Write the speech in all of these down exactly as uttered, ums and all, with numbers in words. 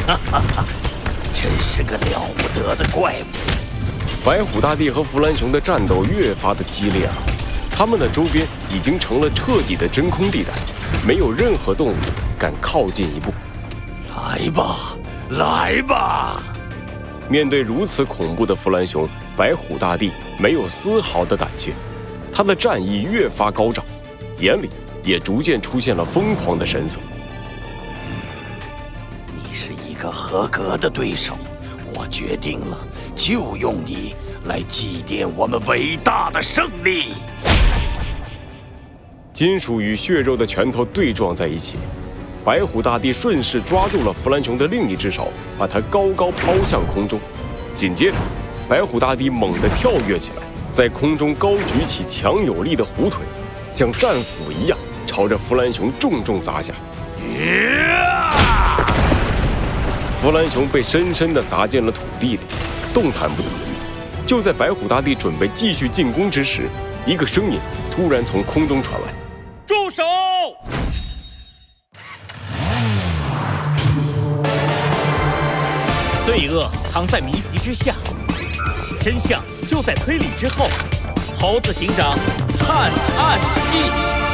哈哈哈，真是个了不得的怪物！ 白虎大帝和弗兰熊的战斗越发的激烈了，他们的周边已经成了彻底的真空地带，没有任何动物敢靠近一步。 来吧，来吧！ 面对如此恐怖的弗兰熊，白虎大帝没有丝毫的胆怯，他的战意越发高涨，眼里也逐渐出现了疯狂的神色。 你是一个合格的对手，我决定了，就用你来祭奠我们伟大的胜利。 金属与血肉的拳头对撞在一起，白虎大帝顺势抓住了弗兰熊的另一只手，把它高高抛向空中。紧接着，白虎大帝猛地跳跃起来，在空中高举起强有力的虎腿，像战斧一样朝着弗兰熊重重砸下。弗兰熊被深深地砸进了土地里，动弹不得。就在白虎大帝准备继续进攻之时，一个声音突然从空中传来：“ 住手！”罪恶藏在谜题之下，真相就在推理之后。猴子警长探案记。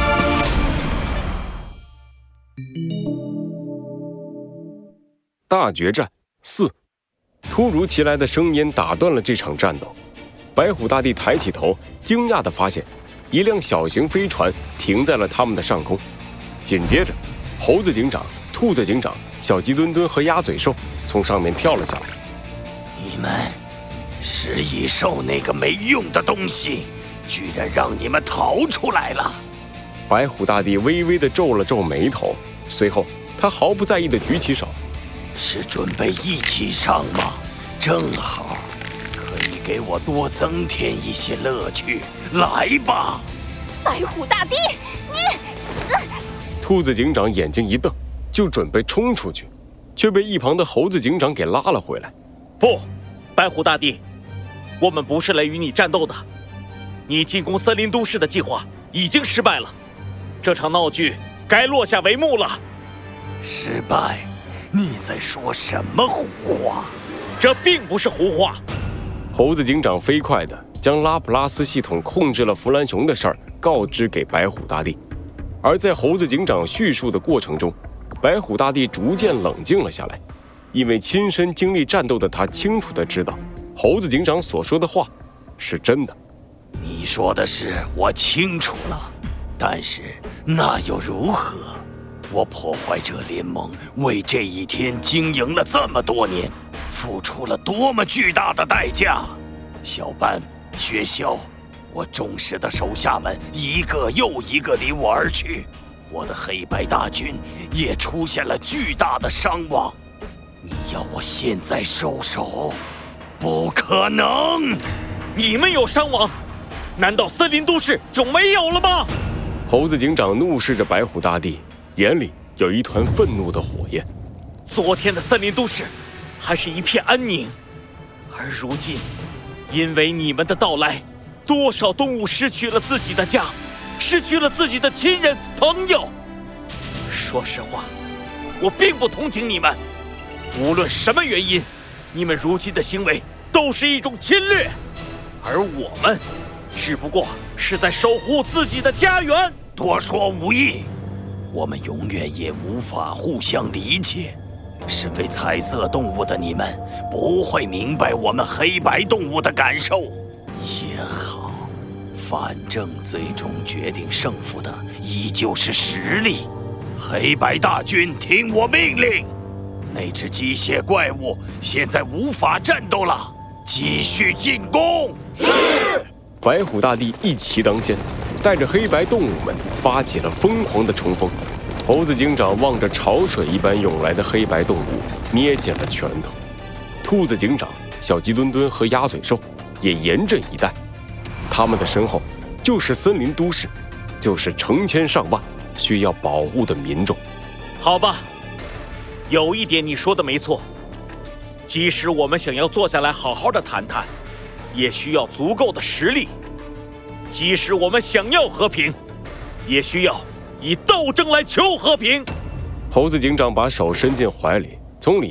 大决战四，突如其来的声音打断了这场战斗。白虎大帝抬起头，惊讶地发现，一辆小型飞船停在了他们的上空。紧接着，猴子警长、兔子警长、小鸡墩墩和鸭嘴兽从上面跳了下来。 你们，食蚁兽那个没用的东西，居然让你们逃出来了！ 白虎大帝微微地皱了皱眉头，随后他毫不在意地举起手。 是准备一起上吗？正好，可以给我多增添一些乐趣。来吧， 白虎大帝，你……呃、 兔子警长眼睛一瞪，就准备冲出去，却被一旁的猴子警长给拉了回来。 不，白虎大帝，我们不是来与你战斗的。你进攻森林都市的计划已经失败了，这场闹剧该落下帷幕了。 失败？你在说什么胡话？ 这并不是胡话。 猴子警长飞快地将拉普拉斯系统控制了弗兰熊的事儿告知给白虎大帝，而在猴子警长叙述的过程中，白虎大帝逐渐冷静了下来，因为亲身经历战斗的他清楚地知道，猴子警长所说的话是真的。 你说的是我清楚了，但是那又如何？我破坏者联盟为这一天经营了这么多年，付出了多么巨大的代价！小班、学校，我忠实的手下们一个又一个离我而去，我的黑白大军也出现了巨大的伤亡。你要我现在收手？不可能！ 你们有伤亡，难道森林都市就没有了吗？ 猴子警长怒视着白虎大帝，眼里有一团愤怒的火焰。 昨天的森林都市还是一片安宁，而如今因为你们的到来，多少动物失去了自己的家，失去了自己的亲人朋友。说实话，我并不同情你们，无论什么原因，你们如今的行为都是一种侵略，而我们只不过是在守护自己的家园。 多说无益，我们永远也无法互相理解。身为彩色动物的你们不会明白我们黑白动物的感受。也好，反正最终决定胜负的依旧是实力。黑白大军听我命令，那只机械怪物现在无法战斗了，继续进攻。 是。白虎大帝一骑当先，带着黑白动物们发起了疯狂的冲锋。猴子警长望着潮水一般涌来的黑白动物，捏紧了拳头。兔子警长、小鸡墩墩和鸭嘴兽也严阵以待，他们的身后就是森林都市，就是成千上万需要保护的民众。 好吧，有一点你说的没错，即使我们想要坐下来好好的谈谈，也需要足够的实力。即使我们想要和平，也需要以斗争来求和平。 猴子警长把手伸进怀里，从里面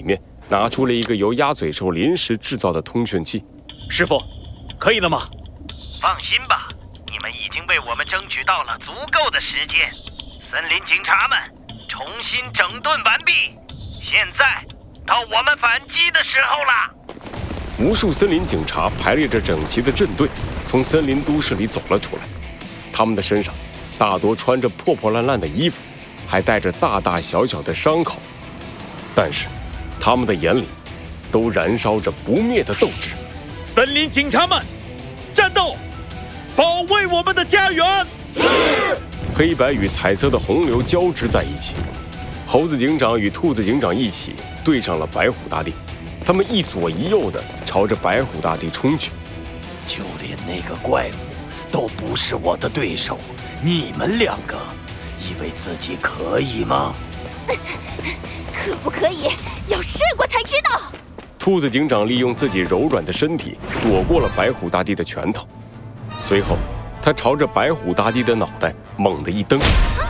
拿出了一个由鸭嘴兽临时制造的通讯器。 师傅，可以了吗？ 放心吧，你们已经为我们争取到了足够的时间。森林警察们，重新整顿完毕，现在到我们反击的时候了。 无数森林警察排列着整齐的阵队，从森林都市里走了出来。他们的身上大多穿着破破烂烂的衣服，还带着大大小小的伤口，但是他们的眼里都燃烧着不灭的斗志。 森林警察们，战斗，保卫我们的家园！ 是。黑白与彩色的洪流交织在一起，猴子警长与兔子警长一起对上了白虎大帝，他们一左一右地朝着白虎大帝冲去。 就连那个怪物都不是我的对手，你们两个以为自己可以吗？ 可不可以？要试过才知道。 兔子警长利用自己柔软的身体躲过了白虎大帝的拳头，随后他朝着白虎大帝的脑袋猛地一蹬，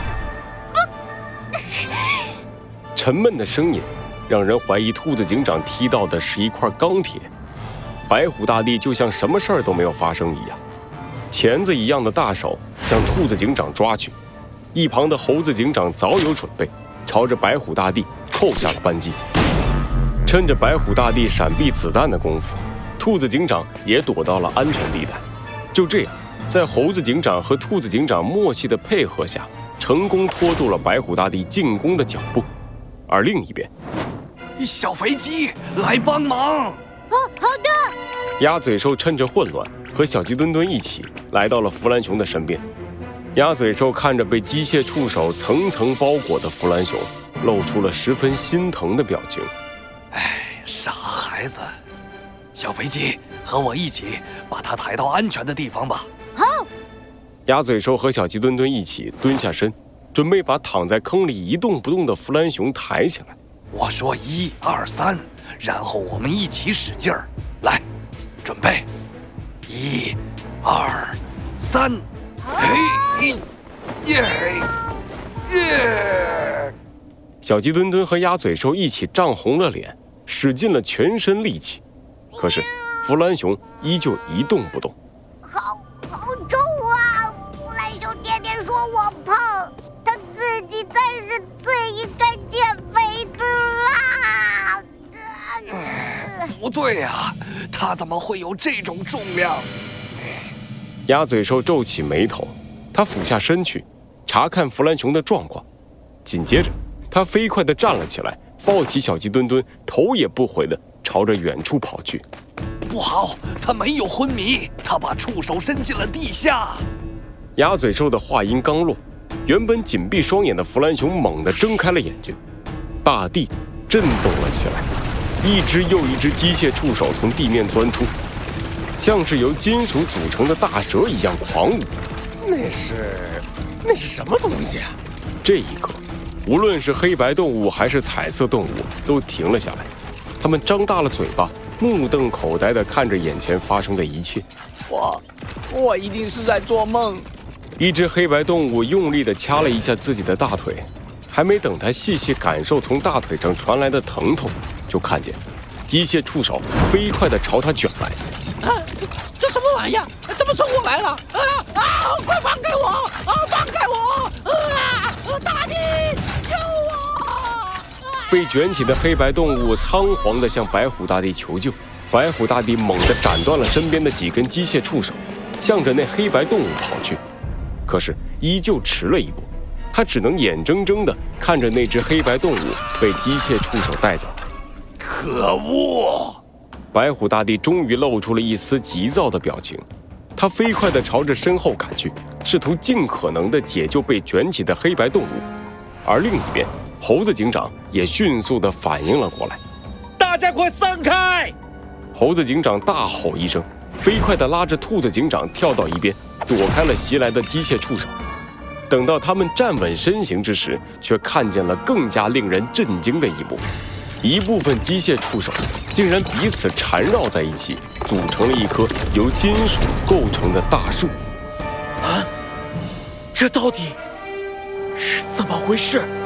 沉闷的声音让人怀疑兔子警长踢到的是一块钢铁。白虎大帝就像什么事儿都没有发生一样，钳子一样的大手向兔子警长抓去。一旁的猴子警长早有准备，朝着白虎大帝扣下了扳机。趁着白虎大帝闪避子弹的功夫，兔子警长也躲到了安全地带。就这样，在猴子警长和兔子警长默契的配合下，成功拖住了白虎大帝进攻的脚步。而另一边， 小飞机来帮忙！ 哦，好的。 鸭嘴兽趁着混乱，和小鸡墩墩一起来到了弗兰熊的身边。鸭嘴兽看着被机械触手层层包裹的弗兰熊，露出了十分心疼的表情。 哎，傻孩子，小飞机，和我一起把它抬到安全的地方吧。 好。 鸭嘴兽和小鸡墩墩一起蹲下身，准备把躺在坑里一动不动的弗兰熊抬起来。 我说一二三，然后我们一起使劲儿。来，准备，一、二、三，嘿，耶，耶！ 小鸡墩墩和鸭嘴兽一起涨红了脸，使尽了全身力气，可是弗兰熊依旧一动不动。 好好重啊！弗兰熊天天说我胖，他自己才是最应该减肥的啦。 不对呀，他怎么会有这种重量？ 鸭嘴兽皱起眉头，他俯下身去查看弗兰熊的状况，紧接着他飞快地站了起来，抱起小鸡墩墩，头也不回地朝着远处跑去。 不好，他没有昏迷，他把触手伸进了地下。 鸭嘴兽的话音刚落，原本紧闭双眼的弗兰熊猛地睁开了眼睛，大地震动了起来，一只又一只机械触手从地面钻出，像是由金属组成的大蛇一样狂舞。 那是那是什么东西啊？ 这一刻，无论是黑白动物还是彩色动物都停了下来，他们张大了嘴巴，目瞪口呆地看着眼前发生的一切。 我我一定是在做梦。 一只黑白动物用力地掐了一下自己的大腿，还没等它细细感受从大腿上传来的疼痛，就看见机械触手飞快地朝它卷来。 啊，这这什么玩意儿？怎么冲过来了？啊啊！快放开我！啊，放开我！啊！大地，救我！啊、 被卷起的黑白动物仓皇地向白虎大帝求救。白虎大帝猛地斩断了身边的几根机械触手，向着那黑白动物跑去。可是依旧迟了一步，他只能眼睁睁地看着那只黑白动物被机械触手带走。 可恶！ 白虎大帝终于露出了一丝急躁的表情，他飞快地朝着身后赶去，试图尽可能地解救被卷起的黑白动物。而另一边，猴子警长也迅速地反应了过来。 大家快散开！ 猴子警长大吼一声，飞快地拉着兔子警长跳到一边，躲开了袭来的机械触手。等到他们站稳身形之时，却看见了更加令人震惊的一幕：一部分机械触手竟然彼此缠绕在一起，组成了一棵由金属构成的大树。 啊，这到底是怎么回事？